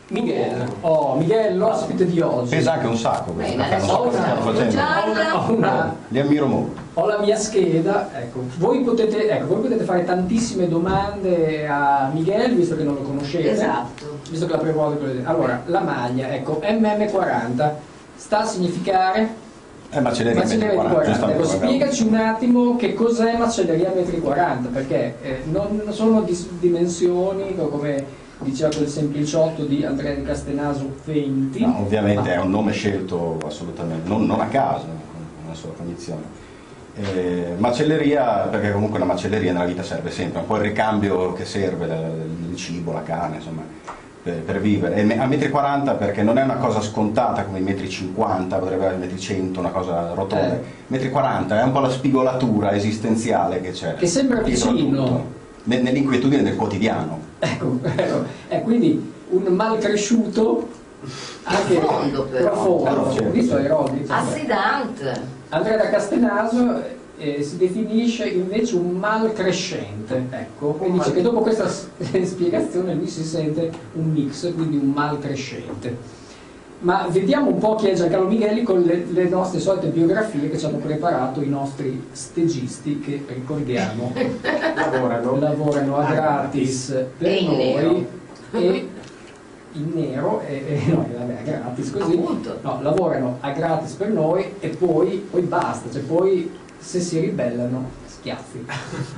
Miguel, Miguel, l'ospite di oggi. Pesa anche un sacco questo. Li ammiro molto. Ho la mia scheda, ecco. Voi potete fare tantissime domande a Miguel, visto che non lo conoscete. Esatto. Visto che la prima volta che allora, la maglia, ecco, MM40 sta a significare macelleria metri 40. Ecco, spiegaci un attimo che cos'è macelleria metri 40, perché non sono dimensioni come diceva quel sempliciotto di Andrea di Castenaso 20. No, ovviamente è un nome scelto assolutamente, non a caso, con una sua cognizione. Macelleria, perché comunque la macelleria nella vita serve sempre, un po' il ricambio che serve, il cibo, la carne, insomma, per vivere. E a metri 40 perché non è una cosa scontata come i metri 50, potrebbe essere metri 100, una cosa rotonda. Metri 40 è un po' la spigolatura esistenziale che c'è. Che sembra vicino. Nell'inquietudine del quotidiano. Ecco. Quindi un malcresciuto anche profondo, visto Erodi, assidante. Andrea da Castenaso si definisce invece un malcrescente, ecco, e dice che dopo questa spiegazione lui si sente un mix, quindi un malcrescente. Ma vediamo un po' chi è Giancarlo Mighelli con le nostre solite biografie che ci hanno preparato i nostri stegisti che, ricordiamo, lavorano a gratis per noi e in nero a gratis così, no, lavorano a gratis per noi e poi basta, cioè poi se si ribellano schiaffi.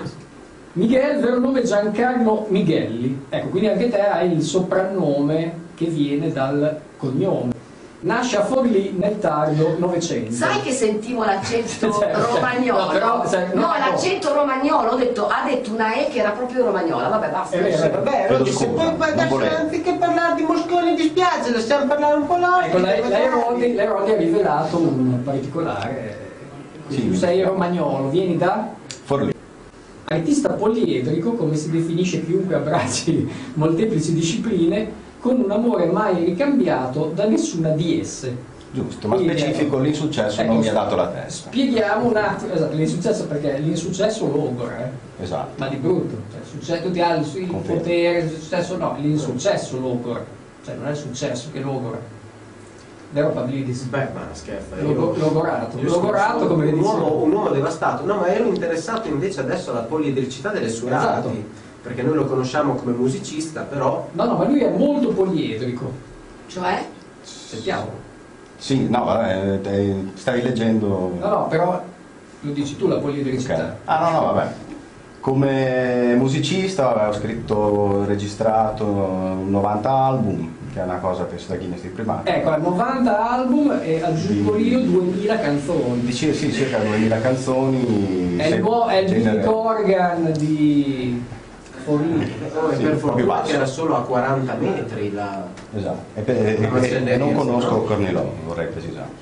Miguel, vero nome Giancarlo Mighelli, ecco, quindi anche te hai il soprannome che viene dal cognome. Nasce a Forlì nel tardo Novecento. Sai che sentivo l'accento romagnolo? L'accento romagnolo, ha detto una E che era proprio romagnola, vabbè basta. Vabbè, se poi anziché parlare di Mosconi dispiace, lasciamo parlare un po' l'altro. Ecco, lei ha rivelato un particolare. Tu sei romagnolo, vieni da? Forlì. Artista poliedrico, come si definisce chiunque abbracci molteplici discipline, con un amore mai ricambiato da nessuna di esse. Giusto, ma specifico l'insuccesso non mi ha dato la testa. Spieghiamo un attimo, esatto, l'insuccesso, perché l'insuccesso logora, esatto. Ma di brutto, cioè, tutti hanno il potere, il successo no, l'insuccesso logora, cioè non è il successo che logora. Vero Pavlidis? Beh, ma scherzo. Logorato come le dicevo. Un uomo devastato. No, ma ero interessato invece adesso alla poliedricità delle sue arti, perché noi lo conosciamo come musicista, però... No, ma lui è molto poliedrico. Cioè? Sentiamo. Sì, no, vabbè, stavi leggendo... No, però lo dici tu la poliedricità. Okay. No, vabbè. Come musicista ho scritto, registrato 90 album, che è una cosa penso da Guinness di primato. Ecco, 90 album e aggiungo io 2000 canzoni. Sì, circa 2000 canzoni. È il Billy Corgan di Forlì. Per fortuna che era solo a 40 metri la... Esatto, e non conosco Cornilò, vorrei precisare.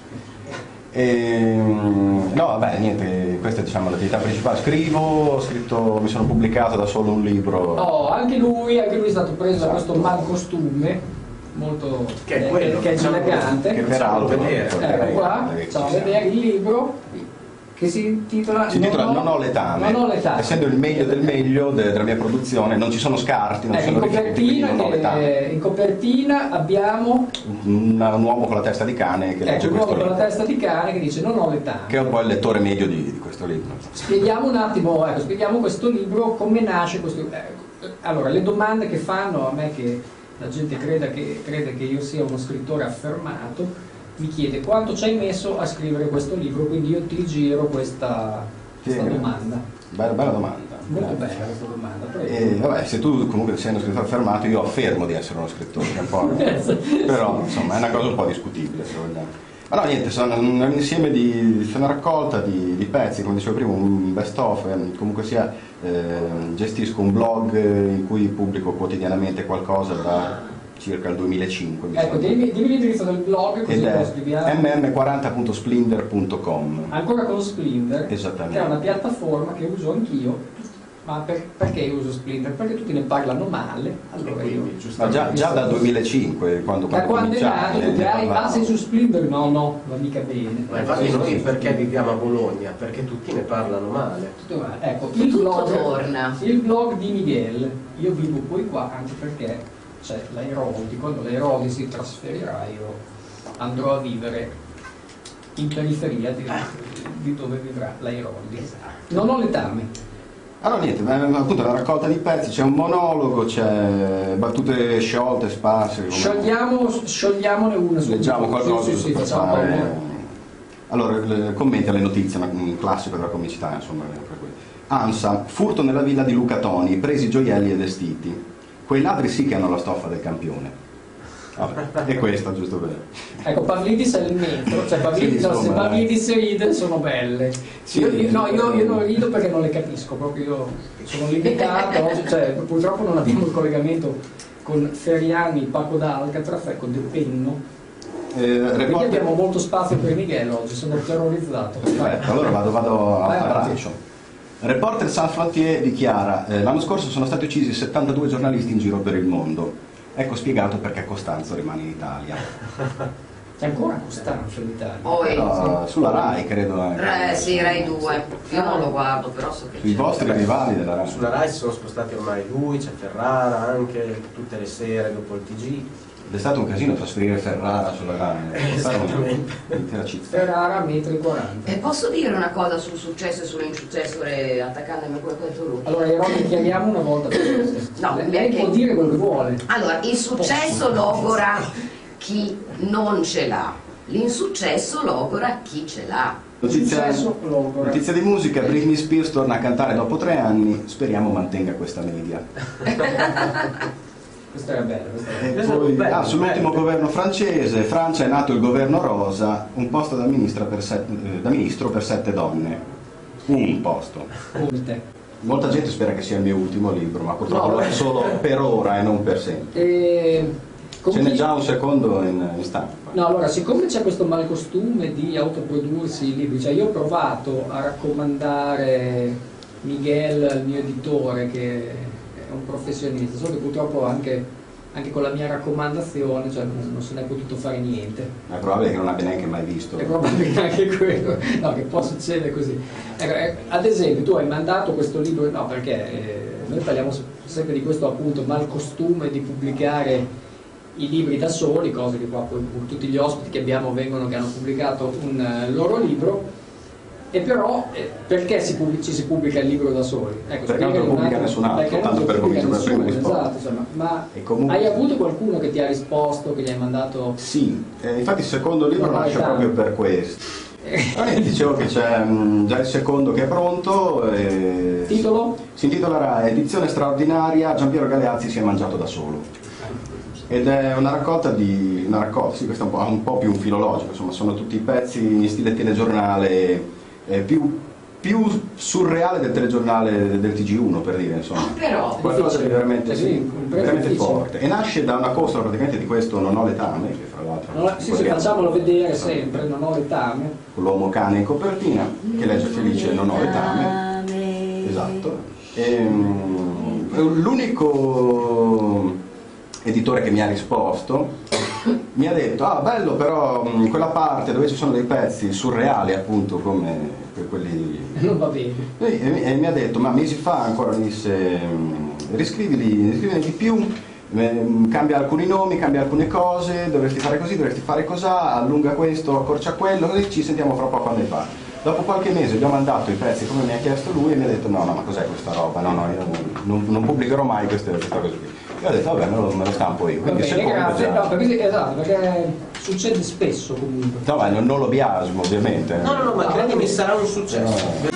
No, vabbè, niente, questa è diciamo l'attività principale. Scrivo, mi sono pubblicato da solo un libro. Anche lui è stato preso da questo malcostume molto che è elegante. Che peraltro ecco qua, facciamo vedere il libro che si intitola Non ho letame. Essendo il meglio del meglio della mia produzione, non ci sono scarti, non ci sono rifiuti, non ho letame. In copertina abbiamo un uomo con la testa di cane che legge questo libro. Con la testa di cane che dice non ho letame. Che è un po' il lettore medio di questo libro. Spieghiamo un attimo, spieghiamo questo libro, come nasce questo. Allora, le domande che fanno a me, che la gente crede che io sia uno scrittore affermato, mi chiede quanto ci hai messo a scrivere questo libro, quindi io ti giro questa domanda. Bella domanda. Molto bella questa domanda. Vabbè, se tu comunque sei uno scrittore affermato, io affermo di essere uno scrittore, un po', però insomma è una cosa un po' discutibile se vogliamo. Ma no, niente, sono un insieme una raccolta di pezzi, come dicevo prima, un best of, comunque sia, gestisco un blog in cui pubblico quotidianamente qualcosa da circa il 2005. Ecco, dimmi l'indirizzo del blog così lo scriviamo. mm40.splinter.com. Ancora con Splinter, esattamente, che è una piattaforma che uso anch'io. Ma perché uso Splinter? Perché tutti ne parlano male, allora io... Ma già dal 2005, quando è nato, sei su Splinter? No, va mica bene. Ma infatti noi perché viviamo a Bologna? Perché tutti ne parlano male. Tutto male. Ecco, tutto torna. Il blog di Miguel, io vivo poi qua anche perché c'è l'Airoldi, quando l'Airoldi si trasferirà io andrò a vivere in periferia di dove vivrà l'Airoldi. Non ho letame. Allora niente, appunto la raccolta di pezzi, c'è un monologo, c'è battute sciolte, sparse. Sciogliamone una su. Leggiamo qualcosa. Sì, facciamo allora, commenti alle notizie, un classico della comicità, insomma. ANSA, furto nella villa di Luca Toni, presi gioielli e vestiti. Quei ladri sì che hanno la stoffa del campione. Vabbè, è questa, giusto per... Ecco, Pavlidis è il metro, cioè Pavlidis, sì, se Pavlidis ride sono belle. Sì, io non rido perché non le capisco, proprio io sono limitato, cioè, purtroppo non abbiamo il collegamento con Feriani, Paco d'Alcatraz, ecco, De Penno. Quindi abbiamo molto spazio per Miguel oggi, sono terrorizzato. Perfetto, allora vado a braccio. Reporter Sans Frontier dichiara: l'anno scorso sono stati uccisi 72 giornalisti in giro per il mondo. Ecco spiegato perché Costanzo rimane in Italia. C'è ancora Costanzo in Italia? Però, sulla Rai credo anche. Sì, Rai 2. Io non lo guardo, però so che sui vostri rivali della Rai. Sulla Rai si sono spostati ormai lui, c'è Ferrara anche, tutte le sere dopo il TG. Ed è stato un casino trasferire Ferrara sulla Rai. Esattamente. Ferrara metri 40. E posso dire una cosa sul successo e sull'insuccesso, attaccandomi a quello che ha detto lui? Allora, Io chiariamo una volta per tutte. No, lei può dire quello che vuole. Allora, il successo logora chi non ce l'ha, l'insuccesso logora chi ce l'ha. Notizia di musica: Britney Spears torna a cantare dopo 3 anni, speriamo mantenga questa media. Questa era bella. Poi, sull'ultimo governo francese, Francia è nato il governo rosa, un posto da ministro per 7 donne. Un posto. Molta gente spera che sia il mio ultimo libro, ma purtroppo lo è solo per ora e non per sempre. Ce n'è già un secondo in stampa. No, allora, siccome c'è questo malcostume di autoprodursi i libri, cioè io ho provato a raccomandare Miguel al mio editore, che è un professionista, solo che purtroppo anche con la mia raccomandazione, cioè, non se ne è potuto fare niente. È probabile che non abbia neanche mai visto. È probabile anche quello, no, che può succedere così. Ad esempio, tu hai mandato questo libro, no, perché noi parliamo sempre di questo appunto malcostume di pubblicare i libri da soli, cose che qua tutti gli ospiti che abbiamo vengono che hanno pubblicato un loro libro. E però perché ci si pubblica il libro da soli? Ecco, perché non lo pubblica nessun altro, tanto per cominciare per prima risposta. Esatto, insomma, ma comunque... hai avuto qualcuno che ti ha risposto, che gli hai mandato? Sì, infatti il secondo libro nasce proprio per questo. Dicevo che c'è già il secondo che è pronto. Titolo? Si intitolerà Edizione straordinaria, Giampiero Galeazzi si è mangiato da solo. Ed è una raccolta, sì, questo è un po' più un filologico, insomma, sono tutti pezzi in stile telegiornale, più surreale del telegiornale del TG1, per dire, insomma. Però qualcosa di veramente, veramente difficile. Forte. E nasce da una costola praticamente di questo Non ho letame, che fra l'altro sì, facciamolo vedere sempre, Non ho letame, con l'uomo cane in copertina che legge felice Non ho letame. Esatto. L'unico editore che mi ha risposto mi ha detto: bello, però quella parte dove ci sono dei pezzi surreali, appunto, come quelli non va bene. E mi ha detto, ma mesi fa ancora mi disse: riscrivine di più, cambia alcuni nomi, cambia alcune cose, dovresti fare così, dovresti fare cos'ha, allunga questo, accorcia quello, così ci sentiamo fra poco quando ne fa. Dopo qualche mese gli ho mandato i pezzi come mi ha chiesto lui e mi ha detto: no, ma cos'è questa roba? No, io non pubblicherò mai questa cosa qui. Io ho detto: vabbè, me lo stampo io. Quindi bene, grazie. Già... No, perché succede spesso comunque. No, ma non lo biasmo, ovviamente. No, ma credimi, sarà un successo.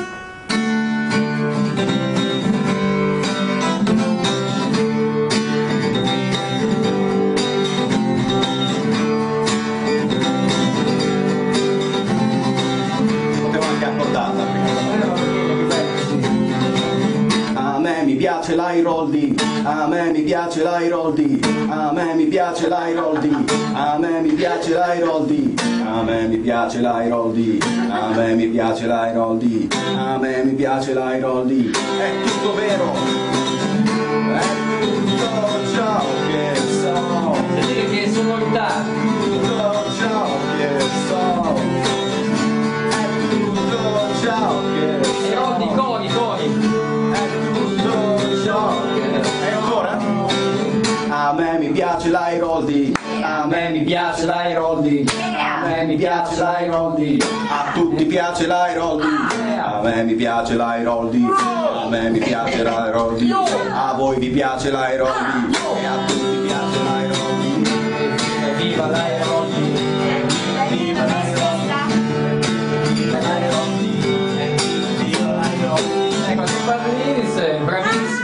piace l'Airoldi, a me mi piace l'Airoldi, a me mi piace l'Airoldi, a me mi piace l'Airoldi, a me mi piace l'Airoldi, a me mi piace l'Airoldi, a me mi piace l'Airoldi. È tutto vero, è tutto ciò che so. Sentite che sonorità. Tutto ciò che so. È tutto ciò che so. E coni. E ancora? A me mi piace l'Airoldi, a me mi piace l'Airoldi, a me mi piace l'Airoldi, a tutti piace l'Airoldi, a me mi piace l'Airoldi, a me mi piace l'Airoldi, a voi vi piace l'Airoldi e a tutti piace l'Airoldi. Viva l'Airoldi, viva l'Airoldi, viva l'Airoldi, viva l'Airoldi. Ecco, su Padrinis, bravissimo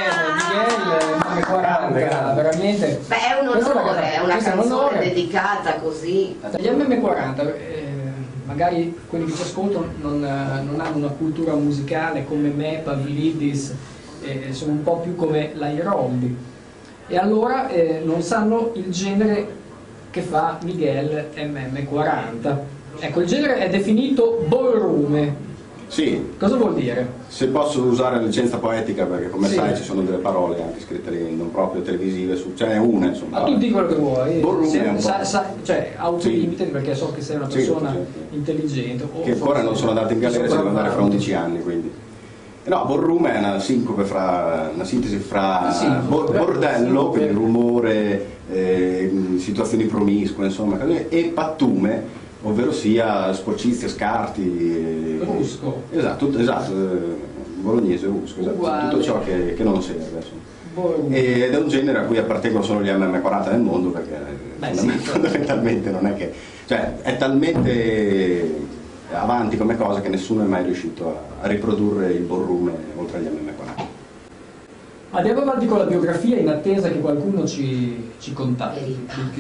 Miguel, 40, veramente. Beh, è un onore, è una canzone dedicata così. Gli MM40, magari quelli che ci ascoltano non hanno una cultura musicale come me, Pavlidis, sono un po' più come l'Airoldi, e allora non sanno il genere che fa Miguel MM40. Ecco, il genere è definito ballroom. Sì. Cosa vuol dire? Se posso usare licenza poetica, perché come sai ci sono delle parole anche scritte lì, non proprio televisive, ce n'è una insomma. Ma tu di quello che vuoi, cioè autolimitati, perché so che sei una persona intelligente. Che ancora non sono andato in galera, ci devo andare fra 11 anni, quindi. No, ballroom è una sincope una sintesi fra bordello, quindi rumore, situazioni promiscue, insomma, e pattume, ovvero sia sporcizia, scarti, rusco. Esatto, bolognese, rusco, esatto, tutto ciò che non serve. Ed è un genere a cui appartengono solo gli MM40 nel mondo, perché fondamentalmente non è che, cioè è talmente avanti come cosa che nessuno è mai riuscito a riprodurre il ballroom oltre agli MM40. Andiamo avanti con la biografia in attesa che qualcuno ci contatti.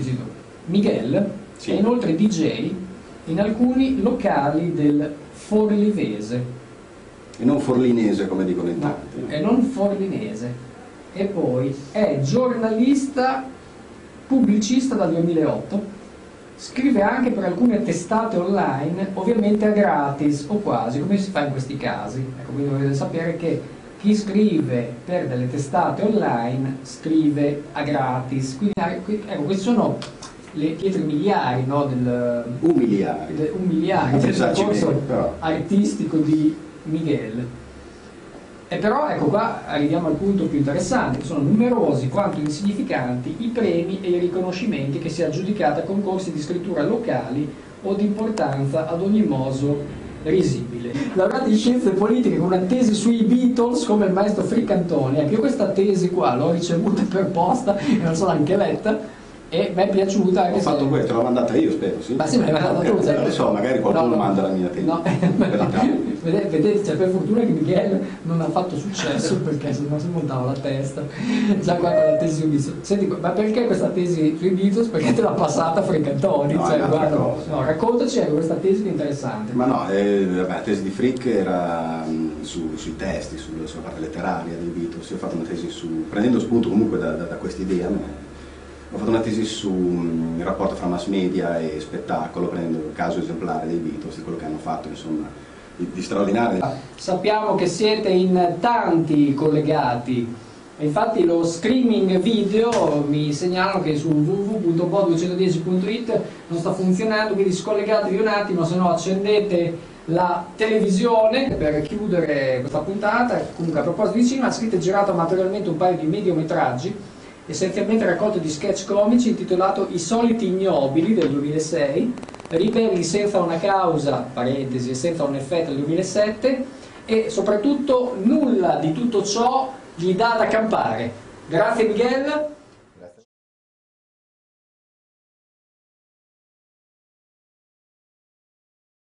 Miguel è inoltre DJ in alcuni locali del Forlivese. E non forlinese come dicono in tanti. E non forlinese. E poi è giornalista pubblicista dal 2008, scrive anche per alcune testate online, ovviamente a gratis o quasi, come si fa in questi casi. Ecco, quindi dovete sapere che chi scrive per delle testate online scrive a gratis. Quindi, ecco, questi sono le pietre miliari, no, umiliari del percorso artistico di Miguel. E però ecco qua arriviamo al punto più interessante: sono numerosi quanto insignificanti i premi e i riconoscimenti che si è aggiudicata a concorsi di scrittura locali o di importanza ad ogni modo risibile. Laureato in scienze politiche con una tesi sui Beatles come il maestro Fricantoni. Ecco, io questa tesi qua l'ho ricevuta per posta e non so neanche letta, e mi è piaciuta anche. Ho fatto questo, l'ho mandata io, spero, sì. Ma sì, me l'hai mandata tu, non lo so, magari qualcuno manda la mia tesi. No. Vedete, cioè, per fortuna che Miguel non ha fatto successo, perché se no si montava la testa già quando la tesi sui Beatles. Senti, ma perché questa tesi sui Beatles? Perché te l'ha passata Fricantoni? No, cioè, guarda, raccontaci questa tesi che è interessante. Ma no, la tesi di Frick era sui testi, sulla parte letteraria dei Beatles. Io ho fatto una tesi prendendo spunto comunque da questa idea. Ho fatto una tesi sul rapporto fra mass media e spettacolo, prendendo il caso esemplare dei Beatles, di quello che hanno fatto, insomma, di straordinario. Sappiamo che siete in tanti collegati, infatti lo streaming video mi segnalano che su www.bo210.it non sta funzionando, quindi scollegatevi un attimo, se no accendete la televisione. Per chiudere questa puntata, comunque a proposito di cinema, ha scritto e girato amatorialmente un paio di mediometraggi, essenzialmente raccolto di sketch comici, intitolato I soliti ignobili del 2006, Ribelli senza una causa, parentesi, senza un effetto del 2007, e soprattutto Nulla di tutto ciò gli dà da campare. Grazie Miguel.